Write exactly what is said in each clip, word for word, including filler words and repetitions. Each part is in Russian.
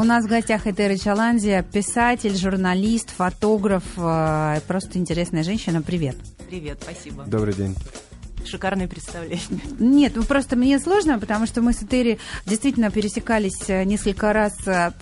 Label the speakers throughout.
Speaker 1: У нас в гостях Этери Чаланзия, писатель, журналист, фотограф, просто интересная женщина. Привет.
Speaker 2: Привет, спасибо.
Speaker 3: Добрый день.
Speaker 2: Шикарное представление.
Speaker 1: Нет, ну просто мне сложно, потому что мы с Этери действительно пересекались несколько раз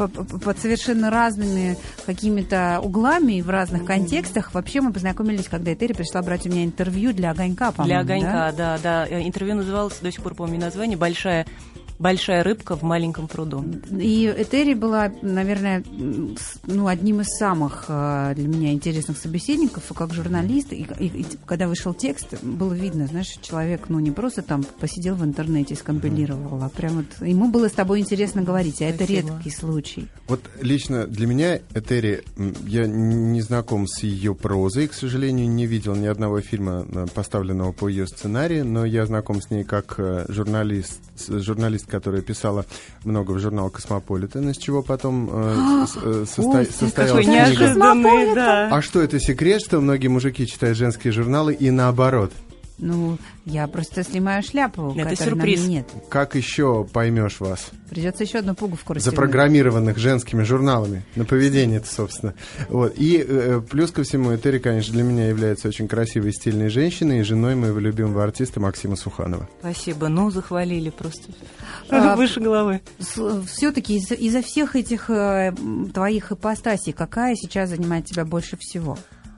Speaker 1: под совершенно разными какими-то углами в разных контекстах. Вообще мы познакомились, когда Этери пришла брать у меня интервью для «Огонька», по-моему.
Speaker 2: Для «Огонька», да, да. да. Интервью называлось, до сих пор помню название, «Большая... «Большая рыбка в маленьком пруду».
Speaker 1: И Этери была, наверное, ну, одним из самых для меня интересных собеседников, как журналист. И, и, и когда вышел текст, было видно, знаешь, человек, ну, не просто там посидел в интернете и скомпилировал, а прям вот ему было с тобой интересно говорить, а Спасибо. Это редкий случай.
Speaker 3: Вот лично для меня Этери, я не знаком с ее прозой, к сожалению, не видел ни одного фильма, поставленного по ее сценарию, но я знаком с ней как журналист, журналист, которая писала много в журнал «Космополитен», из чего потом э, э, состо... состоялась
Speaker 2: книга. Да.
Speaker 3: А что, это секрет, что многие мужики читают женские журналы и наоборот?
Speaker 1: Ну, я просто снимаю шляпу,
Speaker 2: это
Speaker 1: которой
Speaker 2: сюрприз.
Speaker 1: На мне нет.
Speaker 3: Как еще поймешь вас?
Speaker 1: Придется еще одну пуговку расстегнуть.
Speaker 3: Запрограммированных женскими журналами на поведение-то, собственно. Вот. И э, плюс ко всему, Этери, конечно, для меня является очень красивой, стильной женщиной и женой моего любимого артиста Максима Суханова.
Speaker 2: Спасибо. Ну, захвалили просто а, выше головы.
Speaker 1: Все-таки из- из-за всех этих э, твоих ипостасей, какая сейчас занимает тебя больше всего?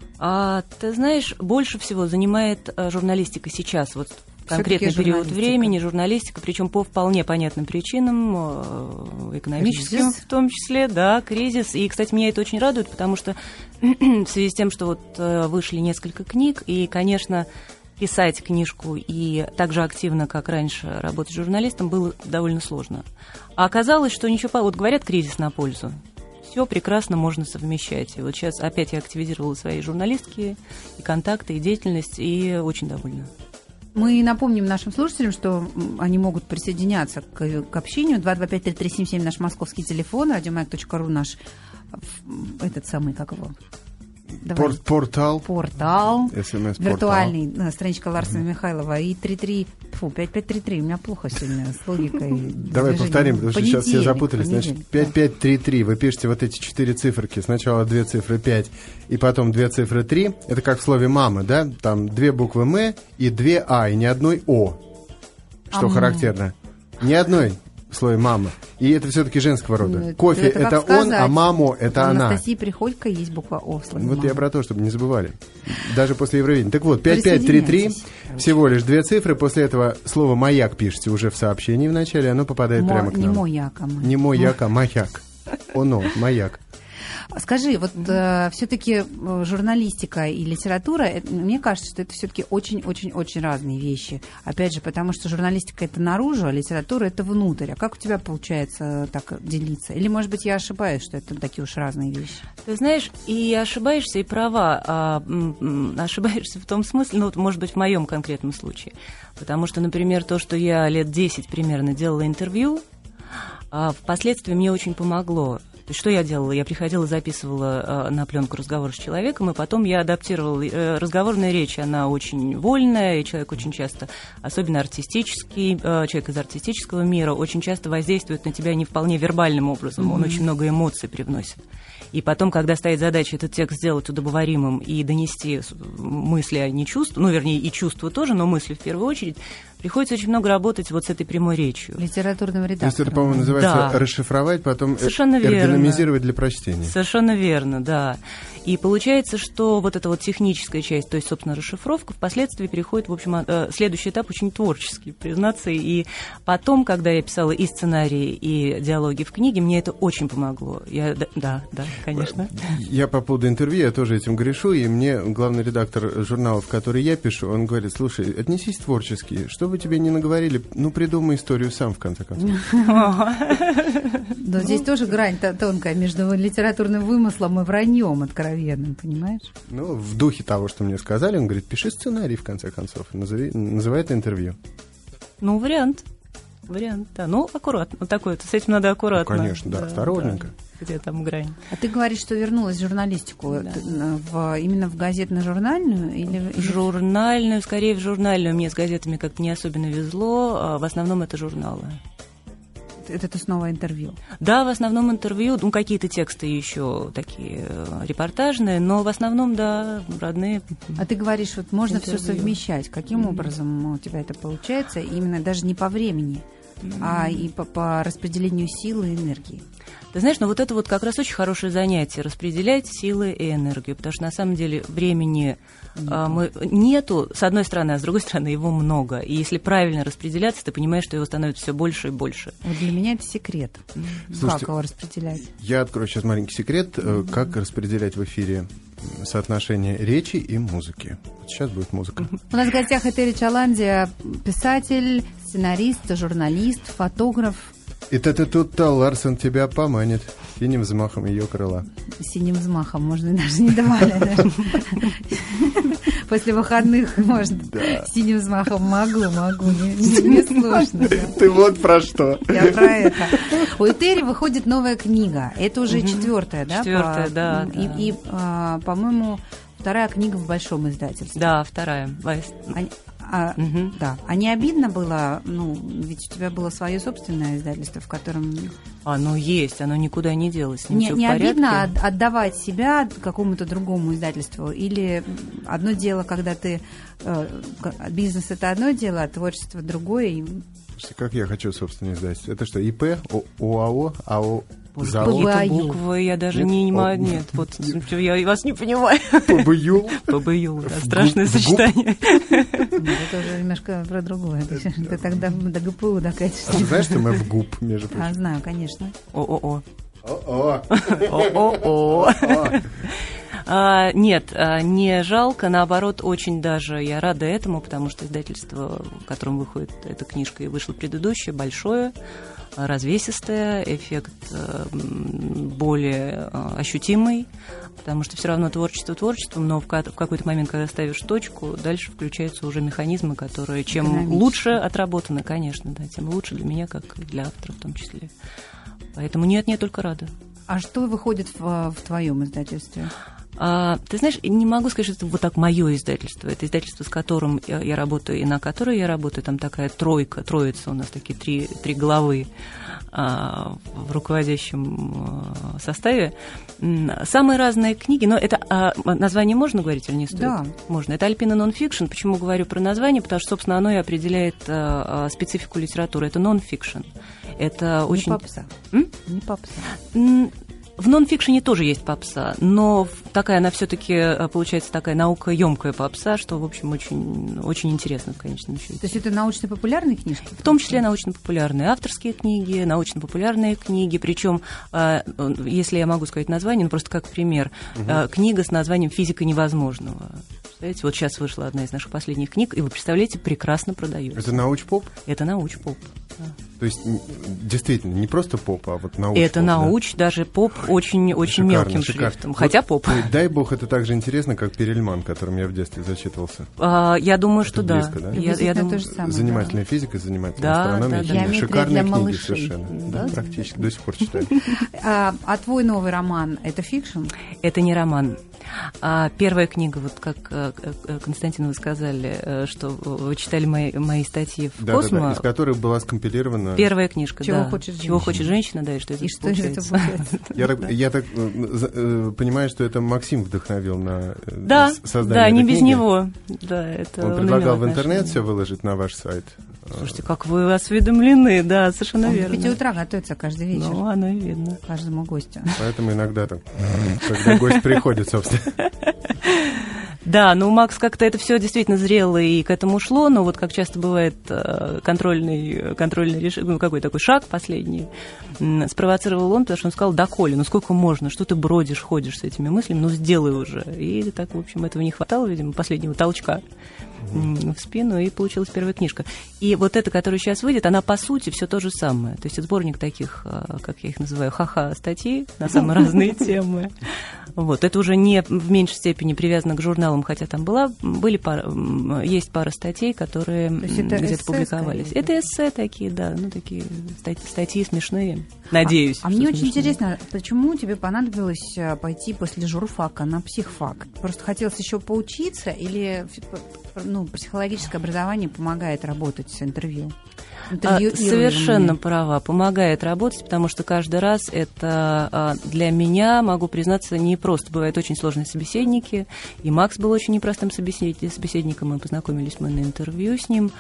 Speaker 2: А, ты знаешь, больше всего занимает а, журналистика сейчас, вот конкретный период времени, журналистика, причем по вполне понятным причинам, э, экономическим кризис. В том числе, да, кризис. И, кстати, меня это очень радует, потому что в связи с тем, что вот э, вышли несколько книг, и, конечно, писать книжку и так же активно, как раньше, работать журналистом было довольно сложно. А оказалось, что ничего, вот говорят, кризис на пользу. Все прекрасно можно совмещать. И вот сейчас опять я активизировала свои журналистские и контакты, и деятельность, и очень довольна.
Speaker 1: Мы напомним нашим слушателям, что они могут присоединяться к, к общению. два два пять три три семь семь наш московский телефон, радиомаяк точка ру наш этот самый, как его?
Speaker 3: Пор- портал.
Speaker 1: Портал.
Speaker 3: эс эм эс-портал.
Speaker 1: Виртуальный, страничка Ларсена Михайлова. И три три, фу, пять пять три три. У меня плохо сегодня с логикой.
Speaker 3: Давай повторим, потому что сейчас все запутались. Значит, пять пять три три. Вы пишете вот эти четыре циферки. Сначала две цифры пять, и потом две цифры три. Это как в слове «мама», да? Там две буквы «м» и две «а», и ни одной «о». Что характерно. Ни одной в слове «мама». И это все-таки женского рода.
Speaker 1: Ну,
Speaker 3: Кофе — это, это он, а маму — это она.
Speaker 1: Анастасии Приходько есть буква «о» в слове
Speaker 3: Вот
Speaker 1: «мама».
Speaker 3: я про то, чтобы не забывали. Даже после Евровидения. Так вот, пять пять три три, всего лишь две цифры. После этого слово «маяк» пишете уже в сообщении в начале, оно попадает
Speaker 1: Мо,
Speaker 3: прямо к нам.
Speaker 1: Не «мояк», а «маяк».
Speaker 3: Не «мояк», а «маяк». Оно, «маяк».
Speaker 1: Скажи, вот э, все-таки журналистика и литература, это, мне кажется, что это все-таки очень-очень-очень разные вещи. Опять же, потому что журналистика — это наружу, а литература — это внутрь. А как у тебя получается так делиться? Или, может быть, я ошибаюсь, что это такие уж разные вещи?
Speaker 2: Ты знаешь, и ошибаешься, и права. А, м- ошибаешься в том смысле, ну, вот, может быть, в моем конкретном случае. Потому что, например, то, что я лет десять примерно делала интервью, а, впоследствии мне очень помогло. То есть что я делала? Я приходила, записывала э, на пленку разговор с человеком, и потом я адаптировала. Э, разговорная речь, она очень вольная, и человек очень часто, особенно артистический, э, человек из артистического мира, очень часто воздействует на тебя не вполне вербальным образом, mm-hmm. он очень много эмоций привносит. И потом, когда стоит задача этот текст сделать удобоваримым и донести мысли, а не чувства, ну, вернее, и чувства тоже, но мысли в первую очередь, приходится очень много работать вот с этой прямой речью.
Speaker 1: Литературным редактором.
Speaker 3: То есть это, по-моему, называется
Speaker 2: да.
Speaker 3: расшифровать, потом
Speaker 2: Совершенно
Speaker 3: эргономизировать для прочтения.
Speaker 2: Совершенно верно, да. И получается, что вот эта вот техническая часть, то есть, собственно, расшифровка, впоследствии переходит, в общем, следующий этап очень творческий, признаться. И потом, когда я писала и сценарии, и диалоги в книге, мне это очень помогло. Я, да, да, конечно.
Speaker 3: Я по поводу интервью, я тоже этим грешу, и мне главный редактор журнала, в который я пишу, он говорит: слушай, отнесись творчески, что бы тебе не наговорили, ну, придумай историю сам, в конце концов.
Speaker 1: Но здесь тоже грань тонкая между литературным вымыслом и враньем откровенным, понимаешь?
Speaker 3: Ну, в духе того, что мне сказали, он говорит: пиши сценарий, в конце концов, назови, называй это интервью.
Speaker 2: Ну, вариант. Вариант, да. Ну, аккуратно. Такое, с этим надо аккуратно.
Speaker 3: Ну, конечно, да, да, осторожненько.
Speaker 2: Да. Где там грань?
Speaker 1: А ты говоришь, что вернулась в журналистику, да. в, именно в газетно-журнальную? Или...
Speaker 2: В журнальную, скорее в журнальную. Мне с газетами как-то не особенно везло, а в основном это журналы.
Speaker 1: это, это снова интервью?
Speaker 2: Да, в основном интервью, ну, какие-то тексты еще такие репортажные, но в основном, да, родные.
Speaker 1: А ты говоришь, вот можно
Speaker 2: интервью.
Speaker 1: все совмещать. Каким mm-hmm. образом у тебя это получается? Именно даже не по времени, mm-hmm. а и по, по распределению силы и энергии.
Speaker 2: Ты знаешь, ну вот это вот как раз очень хорошее занятие, распределять силы и энергию, потому что на самом деле времени нету. А, мы, нету, с одной стороны, а с другой стороны его много. И если правильно распределяться, ты понимаешь, что его становится все больше и больше.
Speaker 1: Вот для меня это секрет.
Speaker 3: Слушайте,
Speaker 1: как его распределять?
Speaker 3: Я открою сейчас маленький секрет, mm-hmm. как распределять в эфире соотношение речи и музыки. Вот сейчас будет музыка.
Speaker 1: У нас в гостях Этери Чаланди, писатель, сценарист, журналист, фотограф.
Speaker 3: И это тут-то Ларсон тебя поманит синим взмахом ее крыла.
Speaker 1: Синим взмахом, можно и даже не давали. После выходных можно. Синим взмахом могу, могу, не сложно.
Speaker 3: Ты вот про что.
Speaker 1: Я про это. У Этери выходит новая книга. Это уже четвертая, да?
Speaker 2: Четвертая, да.
Speaker 1: И, по-моему, вторая книга в большом издательстве.
Speaker 2: Да, вторая.
Speaker 1: А, угу. Да. А не обидно было, ну, ведь у тебя было свое собственное издательство, в котором...
Speaker 2: Оно есть, оно никуда не делось.
Speaker 1: Не, не обидно отдавать себя какому-то другому издательству? Или одно дело, когда ты... Э, бизнес – это одно дело, а творчество – другое?
Speaker 3: Как я хочу собственное издательство? Это что, ИП, ОАО, АО...
Speaker 2: Какие-то буквы, я даже нет? не понимаю. Нет, вот я вас не понимаю.
Speaker 3: ПБЮЛ?
Speaker 2: ПБЮЛ, да, страшное сочетание.
Speaker 1: Это уже немножко про другое. Ты тогда до ГПУ докатишься.
Speaker 3: Знаешь, что мы в ГУП, между прочим?
Speaker 1: А, знаю, конечно.
Speaker 2: О-о-о.
Speaker 3: О-о.
Speaker 2: О-о-о. А, нет, не жалко, наоборот, очень даже я рада этому, потому что издательство, в котором выходит эта книжка, и вышло предыдущее, большое, развесистое, эффект более ощутимый, потому что все равно творчество творчеством, но в какой-то момент, когда ставишь точку, дальше включаются уже механизмы, которые чем лучше отработаны, конечно, да, тем лучше для меня, как и для автора в том числе. Поэтому нет, нет, только рада.
Speaker 1: А что выходит в, в твоем издательстве?
Speaker 2: А, ты знаешь, не могу сказать, что это вот так мое издательство. Это издательство, с которым я, я работаю и на которое я работаю. Там такая тройка, троица у нас, такие три, три главы а, в руководящем а, составе. Самые разные книги, но это а, название можно говорить или не стоит?
Speaker 1: Да.
Speaker 2: Можно. Это Alpina Non-Fiction. Почему говорю про название? Потому что, собственно, оно и определяет а, специфику литературы. Это non-fiction. Это
Speaker 1: не
Speaker 2: очень...
Speaker 1: попса.
Speaker 2: М?
Speaker 1: Не попса.
Speaker 2: В нон-фикшене тоже есть попса, но такая она все-таки получается такая наукоемкая попса, что, в общем, очень, очень интересно в конечном счете.
Speaker 1: То есть это научно-популярные книжки?
Speaker 2: В том числе научно-популярные авторские книги, научно-популярные книги, причем, если я могу сказать название, ну просто как пример, угу. книга с названием «Физика невозможного». Представляете, вот сейчас вышла одна из наших последних книг, и вы представляете, прекрасно продается.
Speaker 3: Это науч-поп?
Speaker 2: Это науч-поп, да.
Speaker 3: То есть действительно не просто поп, а вот науч-поп.
Speaker 2: Это науч, да? Даже поп очень-очень мелким
Speaker 3: шикарно.
Speaker 2: шрифтом, хотя
Speaker 3: вот,
Speaker 2: поп.
Speaker 3: Дай бог, это так же интересно, как Перельман, которым я в детстве зачитывался.
Speaker 2: А, я думаю, что
Speaker 3: это
Speaker 2: да.
Speaker 3: близко, да?
Speaker 2: Я, я думаю,
Speaker 1: самое,
Speaker 3: занимательная
Speaker 1: да.
Speaker 3: физика, занимательная
Speaker 2: да,
Speaker 3: астрономия.
Speaker 2: Да, да.
Speaker 3: Шикарные книги
Speaker 1: малышей.
Speaker 3: совершенно. Да? Да, практически, до сих пор читаю.
Speaker 1: А, а твой новый роман – это фикшн?
Speaker 2: Это не роман. А первая книга, вот как Константин, вы сказали, что вы читали мои, мои статьи в
Speaker 3: да,
Speaker 2: Космо.
Speaker 3: Да, да, из которых была скомпилирована...
Speaker 2: Первая книжка,
Speaker 1: Чего
Speaker 2: да.
Speaker 1: хочет женщина.
Speaker 2: Чего хочет женщина, да, и что это
Speaker 1: и что это получается.
Speaker 3: Я так, я так э, понимаю, что это Максим вдохновил на э,
Speaker 2: да,
Speaker 3: создание
Speaker 2: да,
Speaker 3: этой
Speaker 2: не
Speaker 3: книги.
Speaker 2: без него. Да, это
Speaker 3: он, он предлагал в интернет все выложить на ваш сайт.
Speaker 2: Слушайте, как вы осведомлены, да, совершенно
Speaker 1: он
Speaker 2: верно.
Speaker 1: В пяти утра готовится каждый вечер.
Speaker 2: Ну, оно и видно.
Speaker 1: Каждому гостю.
Speaker 3: Поэтому иногда так, когда гость приходит, собственно.
Speaker 2: Да, ну Макс как-то это все действительно зрело и к этому шло, но вот как часто бывает контрольный, контрольный решение, ну, какой такой шаг последний, спровоцировал он, потому что он сказал: да, Коля, ну сколько можно, что ты бродишь, ходишь с этими мыслями, ну сделай уже. И так, в общем, этого не хватало, видимо, последнего толчка в спину, и получилась первая книжка. И вот эта, которая сейчас выйдет, она по сути все то же самое. То есть это сборник таких, как я их называю, ха-ха статей на самые разные темы. Вот. Это уже не в меньшей степени привязано к журналам, хотя там была, были пара, есть пара статей, которые где-то публиковались. Скорее, это эссе такие, да, ну такие статьи, статьи смешные, надеюсь.
Speaker 1: А, а мне очень смешные. Интересно, почему тебе понадобилось пойти после журфака на психфак? Просто хотелось еще поучиться или ну, психологическое образование помогает работать с интервью?
Speaker 2: А, совершенно права, помогает работать, потому что каждый раз это для меня, могу признаться, не просто. Бывают очень сложные собеседники, и Макс был очень непростым собеседником, мы познакомились мы на интервью с ним,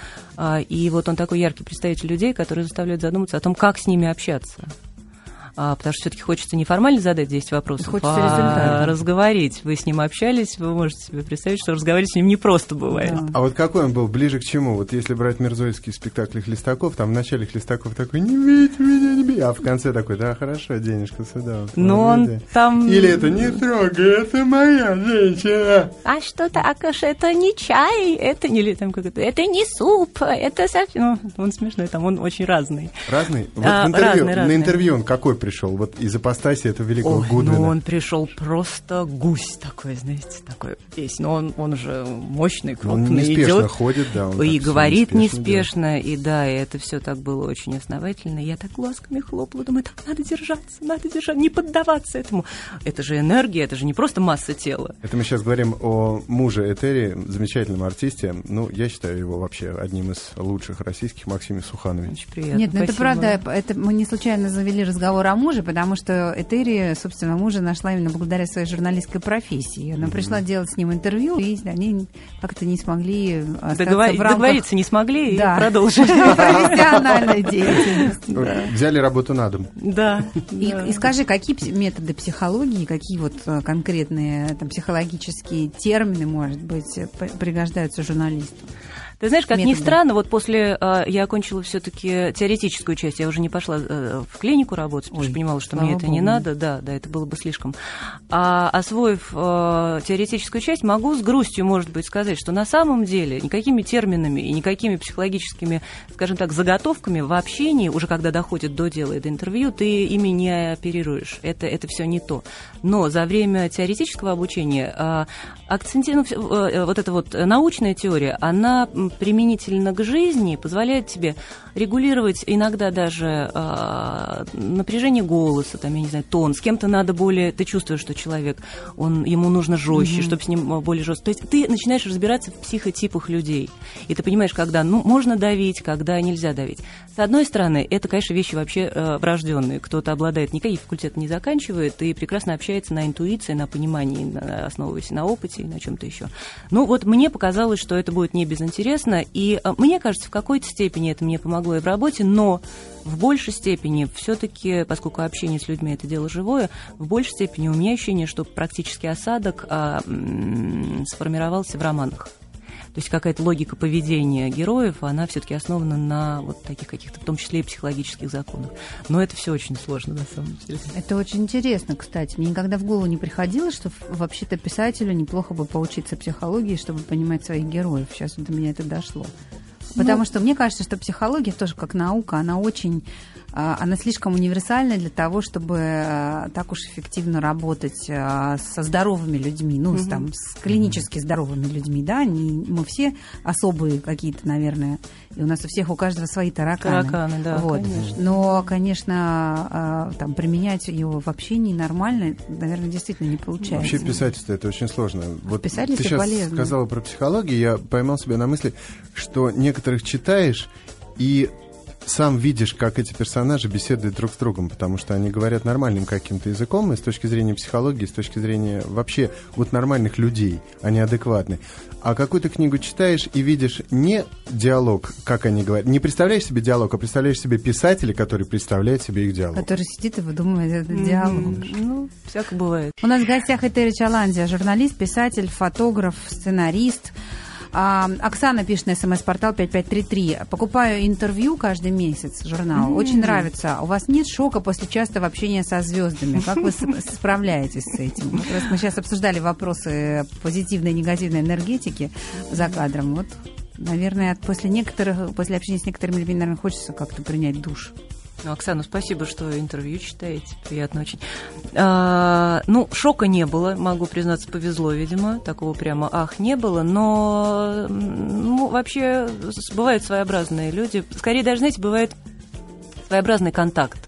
Speaker 2: и вот он такой яркий представитель людей, которые заставляют задуматься о том, как с ними общаться. А, потому что все-таки хочется не формально задать десять вопросов, хочется а результат. Разговорить. Вы с ним общались, вы можете себе представить, что разговаривать с ним не просто бывает. Да.
Speaker 3: А вот какой он был, ближе к чему? Вот если брать мирзоевские спектакли Хлестаков, там в начале Хлестаков такой «не бейте меня, не бейте», а в конце такой «да, хорошо, денежка сюда». Вот,
Speaker 2: но он там...
Speaker 3: Или это «не трогай, это моя женщина».
Speaker 2: А что так, это не чай, это не, там, как это, это не суп, это совсем... Ну, он смешной, там он очень разный.
Speaker 3: Разный? Вот
Speaker 2: а,
Speaker 3: в интервью,
Speaker 2: разный, разный.
Speaker 3: На интервью он какой пришел? Вот из апостасии этого великого
Speaker 2: Ой,
Speaker 3: Гудвина.
Speaker 2: Ну, он пришел просто гусь такой, знаете, такой весь. Но он, он же мощный, крупный.
Speaker 3: Он неспешно
Speaker 2: идет,
Speaker 3: ходит, да. Он
Speaker 2: и говорит неспешно,
Speaker 3: неспешно
Speaker 2: и да, и это все так было очень основательно. Я так глазками хлопала, думаю, так надо держаться, надо держаться, не поддаваться этому. Это же энергия, это же не просто масса тела.
Speaker 3: Это мы сейчас говорим о муже Этери, замечательном артисте. Ну, я считаю его вообще одним из лучших российских, Максиме Суханове.
Speaker 2: Очень приятно.
Speaker 1: Нет, ну это
Speaker 2: Спасибо.
Speaker 1: правда, это мы не случайно завели разговор о муже, потому что Этери, собственно, мужа нашла именно благодаря своей журналистской профессии. Она mm-hmm. пришла делать с ним интервью, и они как-то не смогли остаться
Speaker 2: Договор...
Speaker 1: в рамках...
Speaker 2: Договориться не смогли
Speaker 1: да.
Speaker 2: и продолжили.
Speaker 1: Профессиональной деятельности.
Speaker 3: Взяли работу на дом.
Speaker 2: Да.
Speaker 1: И скажи, какие методы психологии, какие вот конкретные психологические термины, может быть, пригождаются журналисту?
Speaker 2: Ты знаешь, как
Speaker 1: методы.
Speaker 2: Ни странно, вот после э, я окончила все-таки теоретическую часть, я уже не пошла э, в клинику работать, потому Ой, что понимала, что мне это Богу. не надо, да, да, это было бы слишком. А освоив э, теоретическую часть, могу с грустью, может быть, сказать, что на самом деле никакими терминами и никакими психологическими, скажем так, заготовками в общении, уже когда доходит до дела и до интервью, ты ими не оперируешь. Это, это все не то. Но за время теоретического обучения э, акценти... ну, э, вот эта вот научная теория, она применительно к жизни позволяет тебе регулировать иногда даже э, напряжение голоса, там, я не знаю, тон. С кем-то надо более... Ты чувствуешь, что человек, он, ему нужно жестче, mm-hmm. чтобы с ним более жестко. То есть ты начинаешь разбираться в психотипах людей. И ты понимаешь, когда ну, можно давить, когда нельзя давить. С одной стороны, это, конечно, вещи вообще э, врожденные. Кто-то обладает, никакие факультеты не заканчивает и прекрасно общается на интуиции, на понимании, на, основываясь на опыте и на чем-то еще. Ну вот мне показалось, что это будет не безинтересно. И мне кажется, в какой-то степени это мне помогло и в работе, но в большей степени все-таки, поскольку общение с людьми – это дело живое, в большей степени у меня ощущение, что практически осадок а, м- сформировался в романах. То есть какая-то логика поведения героев, она все-таки основана на вот таких каких-то, в том числе и психологических законах. Но это все очень сложно, на самом деле. Это
Speaker 1: очень интересно, кстати. Мне никогда в голову не приходило, что вообще-то писателю неплохо бы поучиться психологии, чтобы понимать своих героев. Сейчас до меня это дошло. Потому ну, что мне кажется, что психология тоже как наука, она очень... Она слишком универсальна для того, чтобы так уж эффективно работать со здоровыми людьми, ну, угу. там, с клинически здоровыми людьми, да, не, мы все особые какие-то, наверное, и у нас у всех, у каждого свои тараканы.
Speaker 2: Тараканы, да,
Speaker 1: вот.
Speaker 2: конечно.
Speaker 1: Но, конечно, там, применять его в общении нормально, наверное, действительно не получается.
Speaker 3: Вообще писательство это очень сложно. Вот ты сейчас
Speaker 1: полезно.
Speaker 3: сказала про психологию, я поймал себя на мысли, что некоторых читаешь, и сам видишь, как эти персонажи беседуют друг с другом, потому что они говорят нормальным каким-то языком, и с точки зрения психологии, с точки зрения вообще вот нормальных людей, они адекватны. А какую-то книгу читаешь и видишь не диалог, как они говорят, не представляешь себе диалог, а представляешь себе писателя, который представляет себе их диалог.
Speaker 1: Который сидит и выдумывает этот mm-hmm. диалог.
Speaker 2: Ну, всяко бывает.
Speaker 1: У нас в гостях Этери Чаландзия, журналист, писатель, фотограф, сценарист. А, Оксана пишет на смс-портал пять пять три три. Покупаю интервью каждый месяц, журнал. Mm-hmm. Очень нравится. У вас нет шока после частого общения со звездами? Как вы справляетесь с этим? Вот раз мы сейчас обсуждали вопросы позитивной и негативной энергетики за кадром. Вот, наверное, после некоторых, после общения с некоторыми людьми, наверное, хочется как-то принять душ.
Speaker 2: Оксана, спасибо, что интервью читаете. Приятно очень. А, ну, шока не было, могу признаться, повезло, видимо. Такого прямо ах не было. Но ну, вообще бывают своеобразные люди. Скорее даже, знаете, бывает своеобразный контакт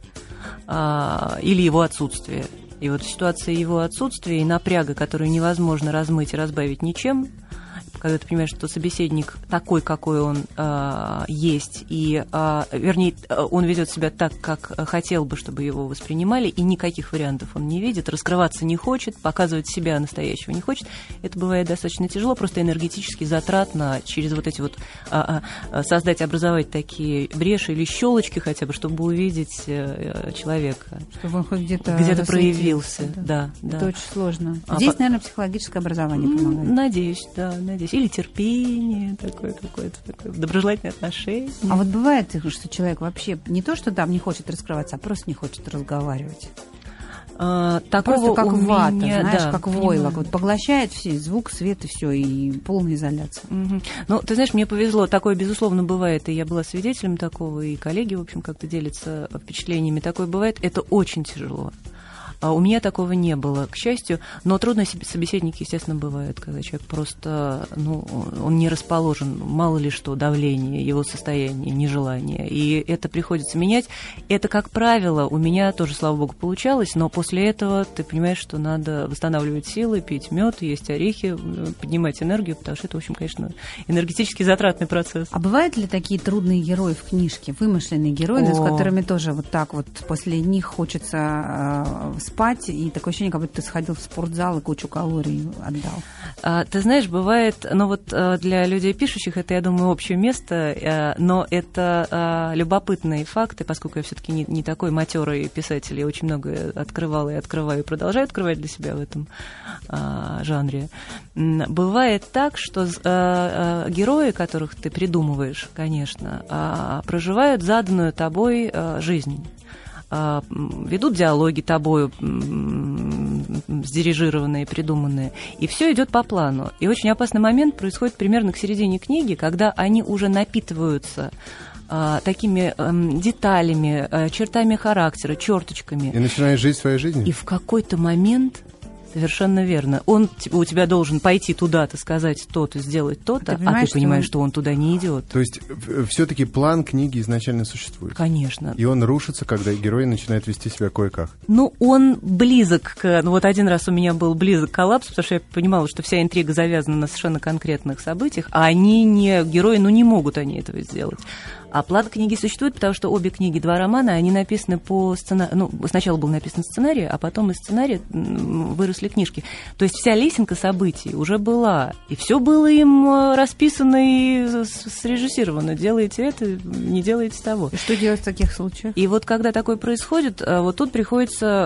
Speaker 2: а, или его отсутствие. И вот в ситуации его отсутствия и напряга, которую невозможно размыть и разбавить ничем, когда ты понимаешь, что собеседник такой, какой он э, есть, и, э, вернее, он ведет себя так, как хотел бы, чтобы его воспринимали, и никаких вариантов он не видит, раскрываться не хочет, показывать себя настоящего не хочет, это бывает достаточно тяжело, просто энергетически затратно через вот эти вот э, э, создать, образовать такие бреши или щелочки хотя бы, чтобы увидеть э, человека.
Speaker 1: Чтобы он хоть где-то,
Speaker 2: где-то проявился.
Speaker 1: Да. Да,
Speaker 2: да.
Speaker 1: Это очень сложно.
Speaker 2: А
Speaker 1: Здесь,
Speaker 2: по...
Speaker 1: наверное, психологическое образование помогает.
Speaker 2: Надеюсь, да, надеюсь. Или терпение, такое какое-то такое доброжелательное отношение.
Speaker 1: А вот бывает, что человек вообще не то, что там не хочет раскрываться, а просто не хочет разговаривать.
Speaker 2: А, такого
Speaker 1: просто как
Speaker 2: у
Speaker 1: вата,
Speaker 2: меня,
Speaker 1: знаешь,
Speaker 2: да,
Speaker 1: как войлок. Вот поглощает все, звук, свет и все, и полная изоляция.
Speaker 2: Угу. Ну, ты знаешь, мне повезло, такое, безусловно, бывает, и я была свидетелем такого, и коллеги, в общем, как-то делятся впечатлениями. Такое бывает, это очень тяжело. У меня такого не было, к счастью, но трудные собеседники, естественно, бывают, когда человек просто, ну, он не расположен, мало ли что, давление, его состояние, нежелание, и это приходится менять. Это, как правило, у меня тоже, слава богу, получалось, но после этого ты понимаешь, что надо восстанавливать силы, пить мед, есть орехи, поднимать энергию, потому что это, в общем, конечно, энергетически затратный процесс.
Speaker 1: А бывают ли такие трудные герои в книжке, вымышленные герои, с которыми тоже вот так вот после них хочется э, спать, и такое ощущение, как будто ты сходил в спортзал и кучу калорий отдал?
Speaker 2: А, ты знаешь, бывает, ну вот для людей пишущих это, я думаю, общее место, но это любопытные факты, поскольку я все-таки не, не такой матерый писатель, я очень много открывала и открываю, и продолжаю открывать для себя в этом а, жанре. Бывает так, что а, герои, которых ты придумываешь, конечно, а, проживают заданную тобой а, жизнь. Ведут диалоги тобою сдирижированные, придуманные, и все идет по плану. И очень опасный момент происходит примерно к середине книги, когда они уже напитываются а, такими а, деталями, а, чертами характера, черточками.
Speaker 3: И начинаешь жить своей жизнью.
Speaker 2: И в какой-то момент... Совершенно верно. Он у тебя должен пойти туда-то, сказать то-то, сделать то-то, ты а ты понимаешь, что он... что он туда не идет.
Speaker 3: То есть все-таки план книги изначально существует.
Speaker 2: Конечно.
Speaker 3: И он рушится, когда герой начинает вести себя кое-как.
Speaker 2: Ну, он близок к... Ну, вот один раз у меня был близок к коллапсу, потому что я понимала, что вся интрига завязана на совершенно конкретных событиях, а они не... Герои, ну, не могут они этого сделать. А план книги существует, потому что обе книги, два романа, они написаны по сценарию. Ну, сначала был написан сценарий, а потом из сценария выросли книжки. То есть вся лесенка событий уже была. И все было им расписано и срежиссировано. Делаете это, не делаете того.
Speaker 1: И что делать в таких случаях?
Speaker 2: И вот когда такое происходит, вот тут приходится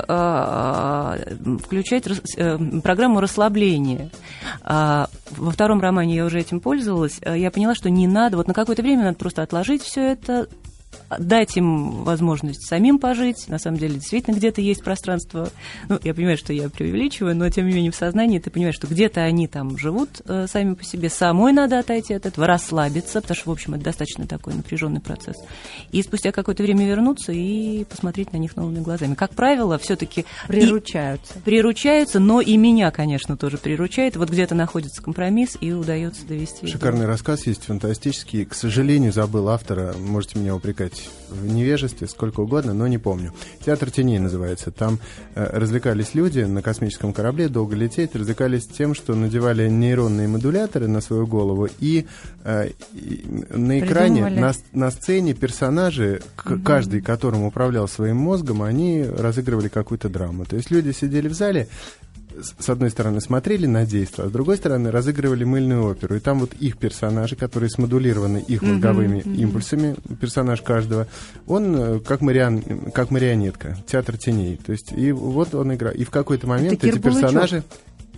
Speaker 2: включать программу расслабления. Во втором романе я уже этим пользовалась. Я поняла, что не надо, вот на какое-то время надо просто отложить все это, дать им возможность самим пожить. На самом деле, действительно, где-то есть пространство. Ну, я понимаю, что я преувеличиваю, но, тем не менее, в сознании ты понимаешь, что где-то они там живут э, сами по себе. Самой надо отойти от этого, расслабиться, потому что, в общем, это достаточно такой напряженный процесс. И спустя какое-то время вернуться и посмотреть на них новыми глазами. Как правило, все-таки...
Speaker 1: Приручаются.
Speaker 2: Приручаются, но и меня, конечно, тоже приручает. Вот где-то находится компромисс, и удается довести.
Speaker 3: Шикарный до... рассказ есть, фантастический. К сожалению, забыл автора. Можете меня упрекать в невежестве, сколько угодно, но не помню. «Театр теней» называется. Там э, развлекались люди на космическом корабле, долго лететь, развлекались тем, что надевали нейронные модуляторы на свою голову, и, э, и на экране, на, на сцене персонажи, угу. каждый, которым управлял своим мозгом, они разыгрывали какую-то драму. То есть люди сидели в зале, с одной стороны, смотрели на действия, а с другой стороны, разыгрывали мыльную оперу. И там вот их персонажи, которые смодулированы их мозговыми mm-hmm, импульсами, персонаж каждого, он как, марион, как марионетка, театр теней. То есть, и вот он играет. И в какой-то момент
Speaker 1: Это
Speaker 3: эти персонажи...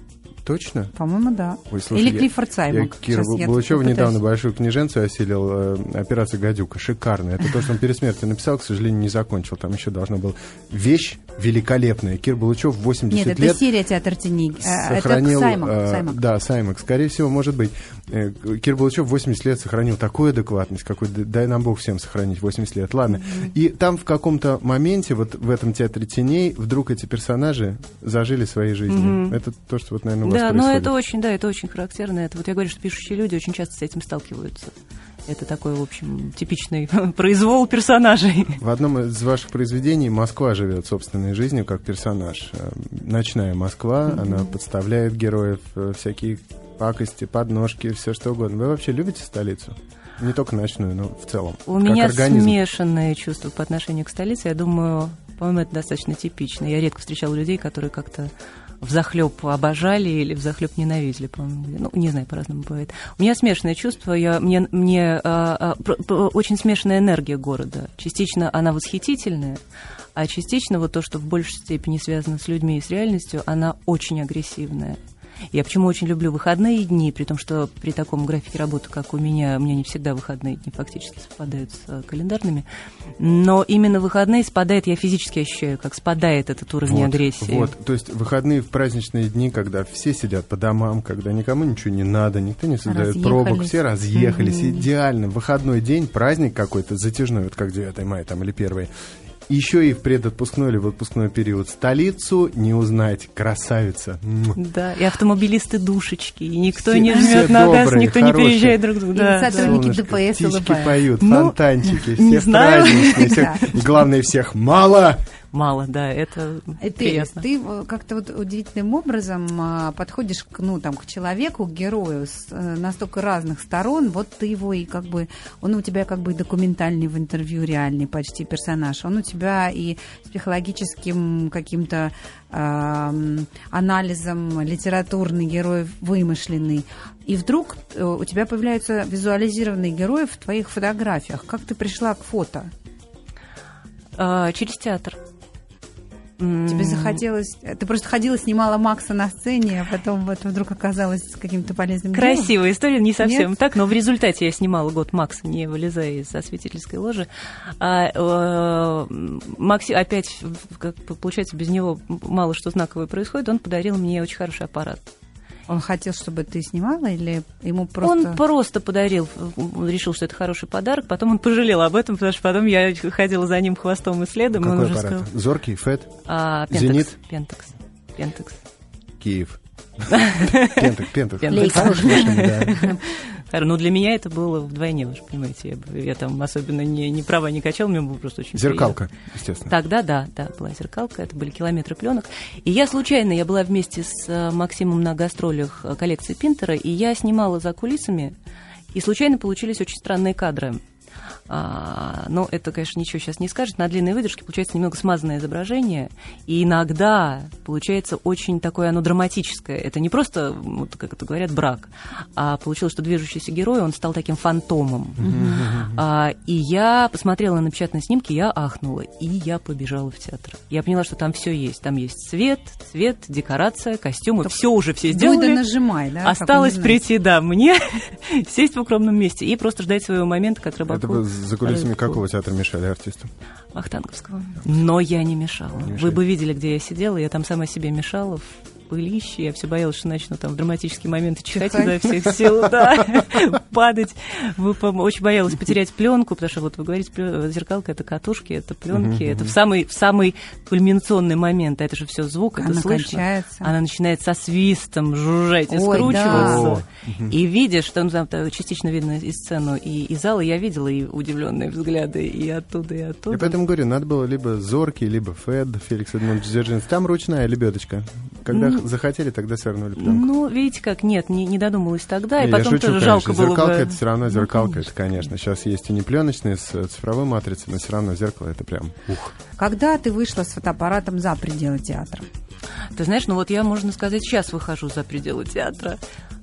Speaker 3: Точно?
Speaker 1: По-моему, да.
Speaker 3: Ой, слушай,
Speaker 1: или Клиффорд Саймак.
Speaker 3: Я, Кира Булычева недавно большую книженцию осилил, э, «Операция «Гадюка». Шикарная. Это то, что он перед смертью написал, к сожалению, не закончил. Там еще должна была вещь великолепная. Кир Булычев восемьдесят лет.
Speaker 1: Нет, это серия «Театр теней».
Speaker 3: Сохранил,
Speaker 1: это Саймак,
Speaker 3: э,
Speaker 1: Саймак.
Speaker 3: Да, Саймак. Скорее всего, может быть. Э, Кир Булычев восемьдесят лет сохранил такую адекватность, какой, дай нам Бог всем сохранить восемьдесят лет. Ладно. Mm-hmm. И там в каком-то моменте, вот в этом «Театре теней», вдруг эти персонажи зажили своей жизнью. Mm-hmm. Это то, что вот, наверное, у вас
Speaker 2: да,
Speaker 3: происходит.
Speaker 2: но это очень, да, это очень характерно. Это вот я говорю, что пишущие люди очень часто с этим сталкиваются. Это такой, в общем, типичный произвол персонажей.
Speaker 3: В одном из ваших произведений Москва живет собственной жизнью как персонаж. Ночная Москва, mm-hmm. она подставляет героев, всякие пакости, подножки, все что угодно. Вы вообще любите столицу? Не только ночную, но в целом.
Speaker 2: У меня смешанные чувства по отношению к столице. Я думаю, по-моему, это достаточно типично. Я редко встречала людей, которые как-то взахлеб обожали или взахлеб ненавидели, по-моему. Ну, не знаю, по-разному бывает. У меня смешанное чувство. Я, мне мне а, а, про, про, очень смешанная энергия города. Частично она восхитительная, а частично вот то, что в большей степени связано с людьми и с реальностью, она очень агрессивная. Я почему очень люблю выходные дни, при том, что при таком графике работы, как у меня, у меня не всегда выходные дни фактически совпадают с календарными, но именно выходные спадает, я физически ощущаю, как спадает этот уровень
Speaker 3: вот,
Speaker 2: агрессии.
Speaker 3: Вот, то есть выходные в праздничные дни, когда все сидят по домам, когда никому ничего не надо, никто не создает пробок, все разъехались, mm-hmm. идеально. Выходной день, праздник какой-то затяжной, вот как девятое мая там или первое. Еще и в предотпускной или в отпускной период столицу не узнать. Красавица.
Speaker 2: Да, и автомобилисты душечки, и никто
Speaker 3: все,
Speaker 2: не жмет на газ, никто
Speaker 3: хорошие.
Speaker 2: не переезжает друг к другу. Да,
Speaker 1: и сотрудники
Speaker 3: Солнышко,
Speaker 1: ДПС
Speaker 3: птички
Speaker 1: улыбаются.
Speaker 3: поют,
Speaker 2: ну,
Speaker 3: фонтанчики,
Speaker 2: не
Speaker 3: все
Speaker 2: знаю.
Speaker 3: праздничные. Всех, и главное, всех мало.
Speaker 2: Мало, да, это
Speaker 1: ты,
Speaker 2: приятно.
Speaker 1: Ты как-то вот удивительным образом а, подходишь к, ну, там, к человеку, к герою с а, настолько разных сторон. Вот ты его и как бы... Он у тебя как бы документальный в интервью, реальный почти персонаж. Он у тебя и с психологическим каким-то а, анализом литературный герой вымышленный. И вдруг у тебя появляются визуализированные герои в твоих фотографиях. Как ты пришла к фото?
Speaker 2: А, через театр.
Speaker 1: Тебе захотелось... Ты просто ходила, снимала Макса на сцене, а потом вот вдруг оказалась каким-то полезным делом?
Speaker 2: Красивая история, не совсем
Speaker 1: Нет?
Speaker 2: так, но в результате я снимала год Макса, не вылезая из осветительской ложи. А, э, Макси опять, как получается, без него мало что знаковое происходит, он подарил мне очень хороший аппарат.
Speaker 1: Он хотел, чтобы ты снимала, или ему просто...
Speaker 2: Он просто подарил, решил, что это хороший подарок, потом он пожалел об этом, потому что потом я ходила за ним хвостом и следом.
Speaker 3: Какой
Speaker 2: он уже
Speaker 3: аппарат?
Speaker 2: сказал...
Speaker 3: Зоркий, Фэт,
Speaker 2: а, Пентекс,
Speaker 3: Зенит?
Speaker 2: Пентекс, Пентекс.
Speaker 3: Киев. Пентек, Пентек.
Speaker 2: Пентекс.
Speaker 3: Хорошая машина, да.
Speaker 2: Ну, для меня это было вдвойне, вы же понимаете. Я, я там особенно не, не права не качала, мне было просто очень
Speaker 3: Зеркалка,
Speaker 2: приятно.
Speaker 3: естественно.
Speaker 2: Тогда, да, да, была зеркалка, это были километры пленок. И я случайно, я была вместе с Максимом на гастролях коллекции Пинтера, и я снимала за кулисами, и случайно получились очень странные кадры. А, ну, это, конечно, ничего сейчас не скажет. На длинной выдержке получается немного смазанное изображение, и иногда получается очень такое оно драматическое. Это не просто, вот, как это говорят, брак, а получилось, что движущийся герой, он стал таким фантомом. Mm-hmm. А, и я посмотрела на напечатанные снимки, я ахнула, и я побежала в театр. Я поняла, что там все есть. Там есть свет, цвет, декорация, костюмы, так все уже все сделали.
Speaker 1: Да нажимай, да?
Speaker 2: Осталось прийти, да, мне сесть в укромном месте и просто ждать своего момента, как рыбаку.
Speaker 3: За кулисами какого театра мешали артистам?
Speaker 2: Вахтанговского. Но я не мешала. Не Вы бы видели, где я сидела. Я там сама себе мешала в пылище. Я все боялась, что начну там в драматические моменты чихать изо всех сил, да, падать. Очень боялась потерять пленку, потому что вот вы говорите, зеркалка — это катушки, это пленки. Это в самый в самый кульминационный момент. Это же все звук, это слышно. Она начинает со свистом жужжать и скручиваться. И видишь, что там частично видно и сцену, и, и зал, и я видела и удивленные взгляды и оттуда, и оттуда.
Speaker 3: Я поэтому говорю, надо было либо Зоркий, либо Фэд, Феликс Эдмундович Дзержинский. Там ручная лебедочка. Когда mm. захотели, тогда свернули пленку.
Speaker 2: Ну, видите как, нет, не, не додумалась тогда,
Speaker 3: не,
Speaker 2: и потом
Speaker 3: шучу,
Speaker 2: тоже
Speaker 3: конечно.
Speaker 2: жалко было
Speaker 3: зеркалка
Speaker 2: бы...
Speaker 3: это все равно зеркалка,
Speaker 2: ну,
Speaker 3: это, конечно. Сейчас есть и не пленочные с цифровой матрицей, но все равно зеркало это прям ух.
Speaker 1: Когда ты вышла с фотоаппаратом за пределы театра?
Speaker 2: Ты знаешь, ну вот я, можно сказать, сейчас выхожу за пределы театра.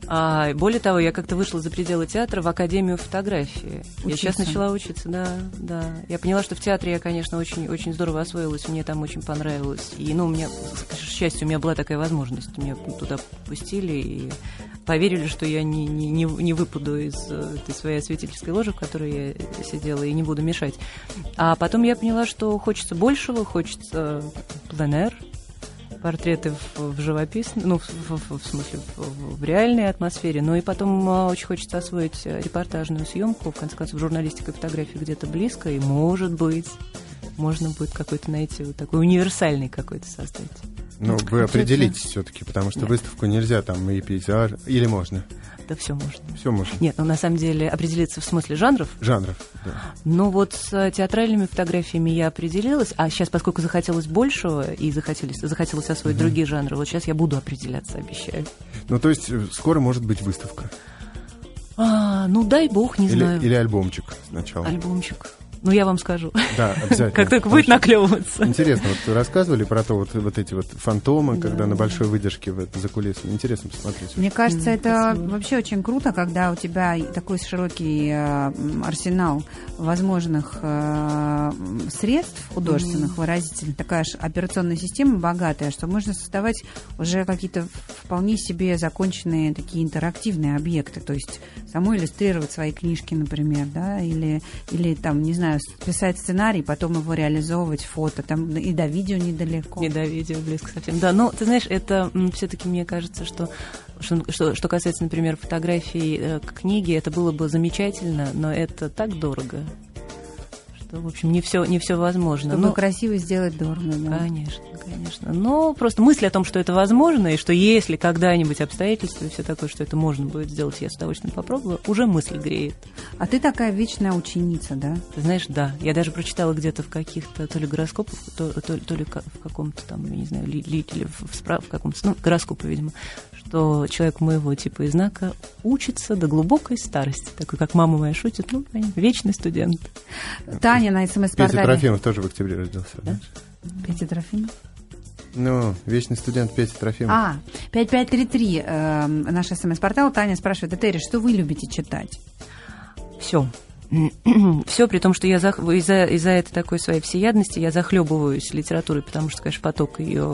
Speaker 2: А, более того, я как-то вышла за пределы театра в Академию фотографии. Учиться. Я сейчас начала учиться, да, да. Я поняла, что в театре я, конечно, очень, очень здорово освоилась, мне там очень понравилось. И, ну, у меня, к счастью, у меня была такая возможность. Меня туда пустили и поверили, что я не, не, не, не выпаду из этой своей осветительской ложи, в которой я сидела, и не буду мешать. А потом я поняла, что хочется большего, хочется пленэр, портреты в, в живописной, ну, в, в, в смысле, в, в реальной атмосфере. Но и потом а, очень хочется освоить репортажную съемку, в конце концов, журналистика и фотография где-то близко, и, может быть, можно будет какой-то найти вот такой универсальный какой-то создать.
Speaker 3: Ну, вы определитесь все-таки, потому что Нет. выставку нельзя там и пейзаж, или можно?
Speaker 2: Да все можно.
Speaker 3: Все можно.
Speaker 2: Нет, ну на самом деле определиться в смысле жанров.
Speaker 3: Жанров, да.
Speaker 2: Ну вот с театральными фотографиями я определилась, а сейчас, поскольку захотелось большего и захотелось, захотелось освоить mm-hmm. другие жанры, вот сейчас я буду определяться, обещаю.
Speaker 3: Ну то есть скоро может быть выставка?
Speaker 2: А, ну дай бог, не
Speaker 3: или,
Speaker 2: знаю.
Speaker 3: Или альбомчик сначала.
Speaker 2: Альбомчик. Ну, я вам скажу.
Speaker 3: Да, обязательно.
Speaker 2: Как только будет наклевываться.
Speaker 3: Интересно, вот рассказывали про то, вот, вот эти вот фантомы, да. когда на большой выдержке в это, за кулисами. Интересно посмотреть.
Speaker 1: Мне кажется, mm, это спасибо. Вообще очень круто, когда у тебя такой широкий э, арсенал возможных э, средств художественных, mm. выразительных, такая же операционная система богатая, что можно создавать уже какие-то вполне себе законченные такие интерактивные объекты, то есть саму иллюстрировать свои книжки, например, да, или, или там, не знаю, писать сценарий, потом его реализовывать, фото, там и до видео недалеко.
Speaker 2: И до видео близко совсем. Да, но ты знаешь, это все-таки мне кажется, что что, что, что касается, например, фотографий э, к книге, это было бы замечательно, но это так дорого, что, в общем, не все, не все возможно.
Speaker 1: Чтобы
Speaker 2: но...
Speaker 1: красиво сделать дорого, да.
Speaker 2: Конечно, конечно. Но просто мысль о том, что это возможно, и что если когда-нибудь обстоятельства и все такое, что это можно будет сделать, я с удовольствием попробую, уже мысль греет.
Speaker 1: А ты такая вечная ученица, да?
Speaker 2: Ты знаешь, да. Я даже прочитала где-то в каких-то то ли гороскопах, то, то, то ли в каком-то там, я не знаю, ли, ли, или в, справ, в каком-то, ну, гороскопе, видимо, что человек моего типа и знака учится до глубокой старости. Такой, как мама моя шутит, ну, вечный студент.
Speaker 1: Таня на СМС-портале.
Speaker 3: Петя Трофимов тоже в октябре родился, да?
Speaker 1: Петя Трофимов?
Speaker 3: Ну, вечный студент Петя Трофимов.
Speaker 1: А, пять пять три три, э, наш СМС-портал. Таня спрашивает: Этери, что вы любите читать?
Speaker 2: Все. Все, при том, что я зах... из-за, из-за этой такой своей всеядности я захлебываюсь литературой, потому что, конечно, поток ее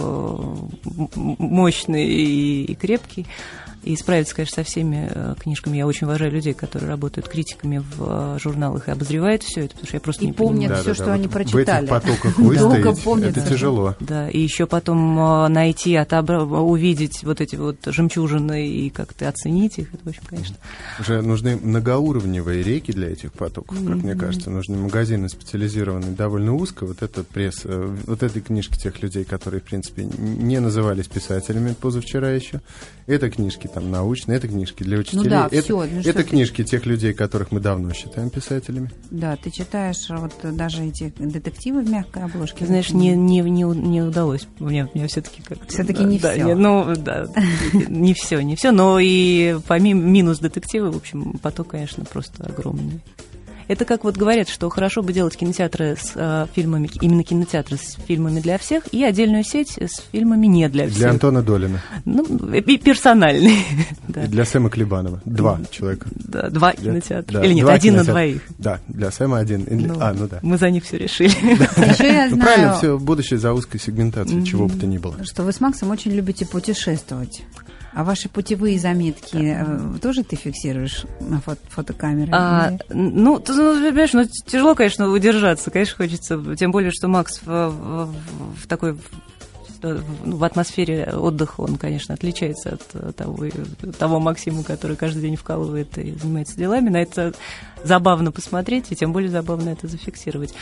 Speaker 2: мощный и, и крепкий. И справиться, конечно, со всеми книжками. Я очень уважаю людей, которые работают критиками в журналах и обозревают все это, потому что я просто
Speaker 1: и
Speaker 2: не
Speaker 1: помнят
Speaker 2: понимаю.
Speaker 1: все,
Speaker 3: да,
Speaker 1: что
Speaker 3: да,
Speaker 1: они
Speaker 3: вот
Speaker 1: прочитали.
Speaker 3: В этих потоках выстоять, это тяжело.
Speaker 2: Да, и еще потом найти, отобра... увидеть вот эти вот жемчужины и как-то оценить их, это, в общем, конечно.
Speaker 3: Уже нужны многоуровневые реки для этих потоков, как mm-hmm. мне кажется. Нужны магазины специализированные довольно узко. Вот эта пресса, вот этой книжки тех людей, которые, в принципе, не назывались писателями позавчера еще. Это книжки там научные, это книжки для учителей.
Speaker 1: Ну да,
Speaker 3: это
Speaker 1: всё, ну
Speaker 3: это
Speaker 1: что
Speaker 3: книжки ты... тех людей, которых мы давно считаем писателями.
Speaker 1: Да, ты читаешь вот даже эти детективы в мягкой обложке.
Speaker 2: Ты знаешь, не, не, не, не удалось. Мне, мне все-таки как-то...
Speaker 1: Все-таки
Speaker 2: да,
Speaker 1: не
Speaker 2: да,
Speaker 1: все.
Speaker 2: Не, ну, да, не все, не все. Но и помимо минус детективы, в общем, поток, конечно, просто огромный. Это как вот говорят, что хорошо бы делать кинотеатры с э, фильмами, именно кинотеатры с фильмами для всех и отдельную сеть с фильмами не для всех.
Speaker 3: Для Антона Долина.
Speaker 2: Ну, и персональный.
Speaker 3: И для Сэма Клебанова. Два человека.
Speaker 2: Да, два для, кинотеатра.
Speaker 3: Да,
Speaker 2: или нет, один кинотеатра. На двоих.
Speaker 3: Да, для Сэма один.
Speaker 2: Ну,
Speaker 3: а, ну да.
Speaker 2: Мы за них все решили.
Speaker 3: Правильно, все будущее за узкой сигментацией, чего бы то ни было.
Speaker 1: Что вы с Максом очень любите путешествовать. А ваши путевые заметки э, тоже ты фиксируешь на фото- фотокамеры?
Speaker 2: А, ну, ты, ну, понимаешь, ну, тяжело, конечно, удержаться. Конечно, хочется, тем более, что Макс в, в, в такой... В, в атмосфере отдыха он, конечно, отличается от того, того Максима, который каждый день вкалывает и занимается делами. На это забавно посмотреть, и тем более забавно это зафиксировать.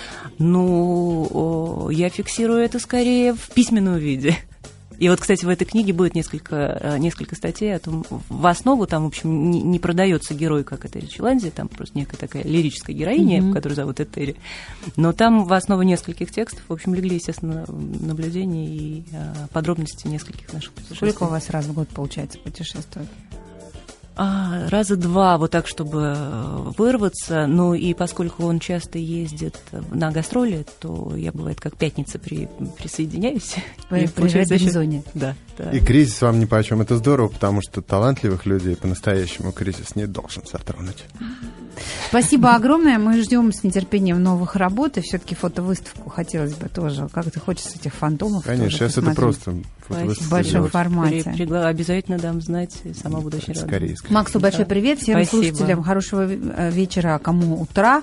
Speaker 2: Ну, я фиксирую это скорее в письменном виде. И вот, кстати, в этой книге будет несколько, несколько статей о том, в основу там, в общем, не, не продается герой, как Этери Челанзи, там просто некая такая лирическая героиня, mm-hmm. которую зовут Этери. Но там в основу нескольких текстов, в общем, легли, естественно, наблюдения и а, подробности нескольких наших путешествий.
Speaker 1: Сколько у вас раз в год получается путешествовать?
Speaker 2: А, раза два, вот так, чтобы вырваться. Ну и поскольку он часто ездит на гастроли, то я, бывает, как пятница при, присоединяюсь.
Speaker 1: При, при Робинзоне.
Speaker 2: Да, да.
Speaker 3: И кризис вам ни по чем. Это здорово, потому что талантливых людей по-настоящему кризис не должен затронуть.
Speaker 1: Спасибо огромное. Мы ждем с нетерпением новых работ. И все-таки фотовыставку хотелось бы тоже. Как-то хочется этих фантомов.
Speaker 3: Конечно, сейчас это просто
Speaker 1: в большом формате.
Speaker 2: При, при, обязательно дам знать, и сама буду очень рада.
Speaker 3: Скорее, скорее.
Speaker 1: Максу большой привет. Всем
Speaker 2: Спасибо.
Speaker 1: Слушателям хорошего вечера, а кому утра.